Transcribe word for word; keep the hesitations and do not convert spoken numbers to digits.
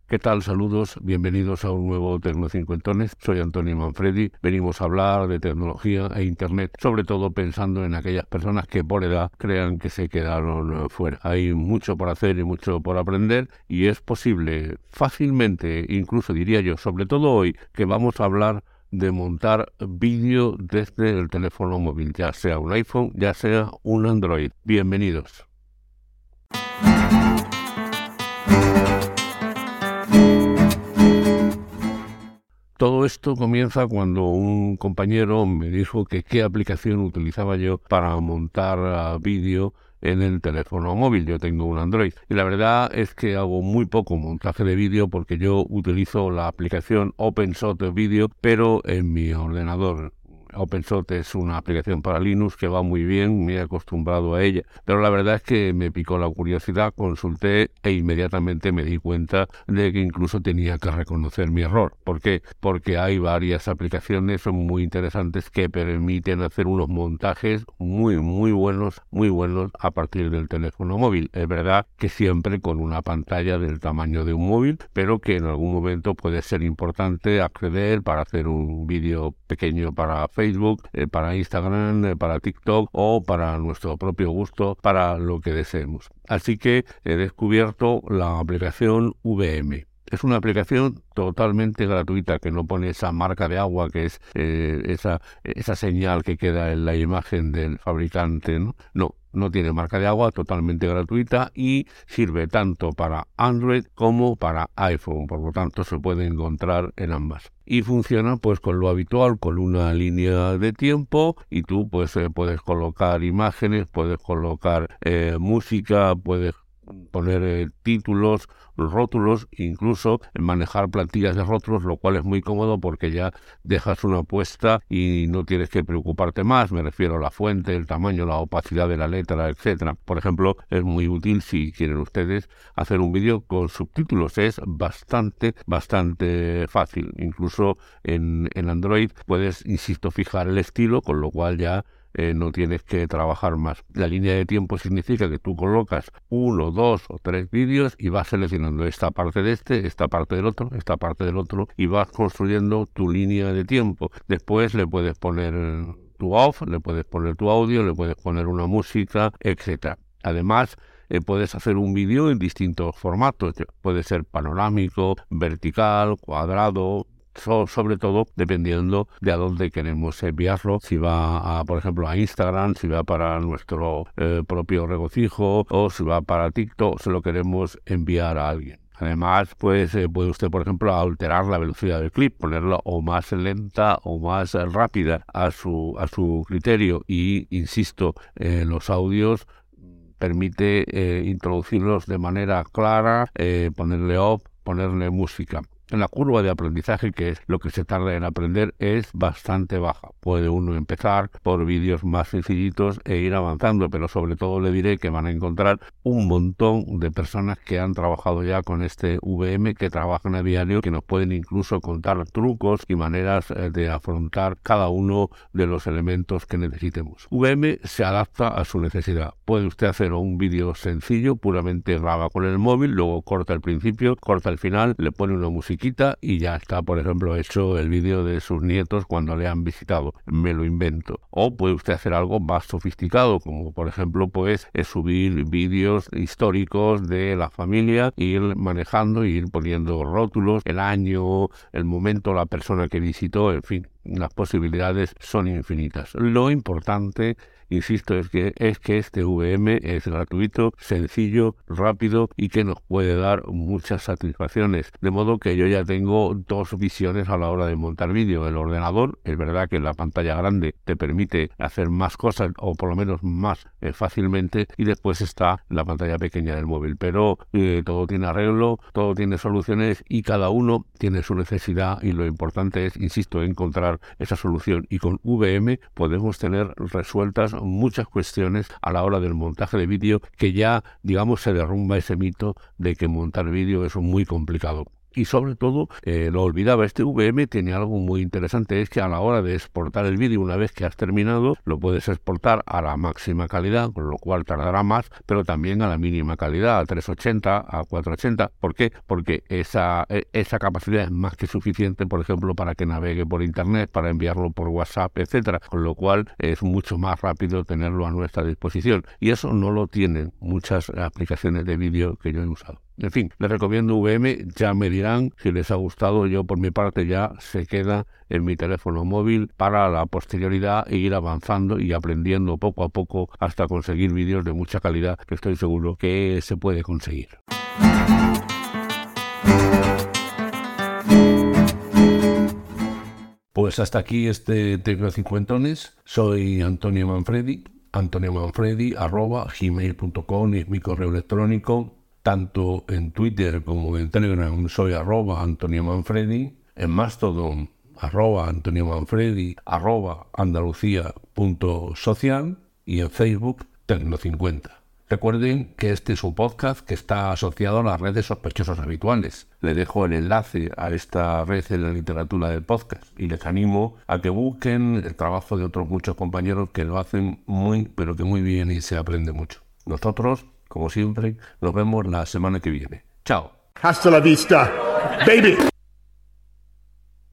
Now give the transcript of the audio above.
¿Qué tal? Saludos, bienvenidos a un nuevo Tecnocincuentones. Soy Antonio Manfredi. Venimos a hablar de tecnología e Internet, sobre todo pensando en aquellas personas que por edad crean que se quedaron fuera. Hay mucho por hacer y mucho por aprender y es posible fácilmente, incluso diría yo, sobre todo hoy, que vamos a hablar de montar vídeo desde el teléfono móvil, ya sea un iPhone, ya sea un Android. Bienvenidos. Todo esto comienza cuando un compañero me dijo que qué aplicación utilizaba yo para montar uh, vídeo en el teléfono móvil. Yo tengo un Android y la verdad es que hago muy poco montaje de vídeo porque yo utilizo la aplicación OpenShot Video, pero en mi ordenador. OpenShot es una aplicación para Linux que va muy bien, me he acostumbrado a ella, pero la verdad es que me picó la curiosidad, consulté e inmediatamente me di cuenta de que incluso tenía que reconocer mi error. ¿Por qué? Porque hay varias aplicaciones muy interesantes que permiten hacer unos montajes muy, muy buenos, muy buenos a partir del teléfono móvil. Es verdad que siempre con una pantalla del tamaño de un móvil, pero que en algún momento puede ser importante acceder para hacer un vídeo pequeño para Facebook, eh, para Instagram, eh, para TikTok o para nuestro propio gusto, para lo que deseemos. Así que he descubierto la aplicación V M. Es una aplicación totalmente gratuita que no pone esa marca de agua que es eh, esa, esa señal que queda en la imagen del fabricante, ¿no? No, no tiene marca de agua, totalmente gratuita y sirve tanto para Android como para iPhone, por lo tanto se puede encontrar en ambas. Y funciona pues con lo habitual, con una línea de tiempo y tú pues eh, puedes colocar imágenes, puedes colocar eh, música, puedes poner eh, títulos, rótulos, incluso manejar plantillas de rótulos, lo cual es muy cómodo porque ya dejas una puesta y no tienes que preocuparte más. Me refiero a la fuente, el tamaño, la opacidad de la letra, etcétera. Por ejemplo, es muy útil si quieren ustedes hacer un vídeo con subtítulos. Es bastante, bastante fácil. Incluso en, en Android puedes, insisto, fijar el estilo, con lo cual ya Eh, no tienes que trabajar más. La línea de tiempo significa que tú colocas uno, dos o tres vídeos y vas seleccionando esta parte de este, esta parte del otro, esta parte del otro y vas construyendo tu línea de tiempo. Después le puedes poner tu off, le puedes poner tu audio, le puedes poner una música, etcétera. Además, eh, puedes hacer un vídeo en distintos formatos. Puede ser panorámico, vertical, cuadrado, So, sobre todo dependiendo de a dónde queremos enviarlo, si va a, por ejemplo, a Instagram, si va para nuestro eh, propio regocijo o si va para TikTok, se lo queremos enviar a alguien. Además, pues eh, puede usted, por ejemplo, alterar la velocidad del clip, ponerla o más lenta o más eh, rápida a su, a su criterio y, insisto, eh, los audios permite eh, introducirlos de manera clara, eh, ponerle off, ponerle música. La curva de aprendizaje, que es lo que se tarda en aprender, es bastante baja. Puede uno empezar por vídeos más sencillitos e ir avanzando, pero sobre todo le diré que van a encontrar un montón de personas que han trabajado ya con este V M, que trabajan a diario, que nos pueden incluso contar trucos y maneras de afrontar cada uno de los elementos que necesitemos. V M se adapta a su necesidad. Puede usted hacer un vídeo sencillo, puramente graba con el móvil, luego corta el principio, corta el final, le pone una música y ya está, por ejemplo, hecho el vídeo de sus nietos cuando le han visitado. Me lo invento. O puede usted hacer algo más sofisticado, como por ejemplo, pues es subir vídeos históricos de la familia, ir manejando, ir poniendo rótulos, el año, el momento, la persona que visitó, en fin. Las posibilidades son infinitas. Lo importante, insisto, es que, es que este V M es gratuito, sencillo, rápido y que nos puede dar muchas satisfacciones. De modo que yo ya tengo dos visiones a la hora de montar vídeo. El ordenador, es verdad que la pantalla grande te permite hacer más cosas o por lo menos más eh, fácilmente, y después está la pantalla pequeña del móvil. Pero eh, todo tiene arreglo, todo tiene soluciones y cada uno tiene su necesidad y lo importante es, insisto, encontrar esa solución. Y con V M podemos tener resueltas muchas cuestiones a la hora del montaje de vídeo, que ya, digamos, se derrumba ese mito de que montar vídeo es muy complicado. Y sobre todo, eh, lo olvidaba, este V M tiene algo muy interesante, es que a la hora de exportar el vídeo, una vez que has terminado, lo puedes exportar a la máxima calidad, con lo cual tardará más, pero también a la mínima calidad, a trescientos ochenta, a cuatrocientos ochenta. ¿Por qué? Porque esa, esa capacidad es más que suficiente, por ejemplo, para que navegue por Internet, para enviarlo por WhatsApp, etcétera, con lo cual es mucho más rápido tenerlo a nuestra disposición. Y eso no lo tienen muchas aplicaciones de vídeo que yo he usado. En fin, les recomiendo V M, ya me dirán si les ha gustado. Yo por mi parte ya se queda en mi teléfono móvil para la posterioridad e ir avanzando y aprendiendo poco a poco hasta conseguir vídeos de mucha calidad que estoy seguro que se puede conseguir. Pues hasta aquí este Tecnocincuentones. Soy Antonio Manfredi, Antonio Manfredi arroba gmail punto com es mi correo electrónico. Tanto en Twitter como en Telegram soy arroba Antonio Manfredi, en Mastodon arroba Antonio Manfredi, arroba Andalucía punto social y en Facebook Tecno cincuenta. Recuerden que este es un podcast que está asociado a las redes sospechosos habituales. Les dejo el enlace a esta red en la literatura del podcast y les animo a que busquen el trabajo de otros muchos compañeros que lo hacen muy, pero que muy bien y se aprende mucho. Nosotros, como siempre, nos vemos la semana que viene. Chao. Hasta la vista, baby.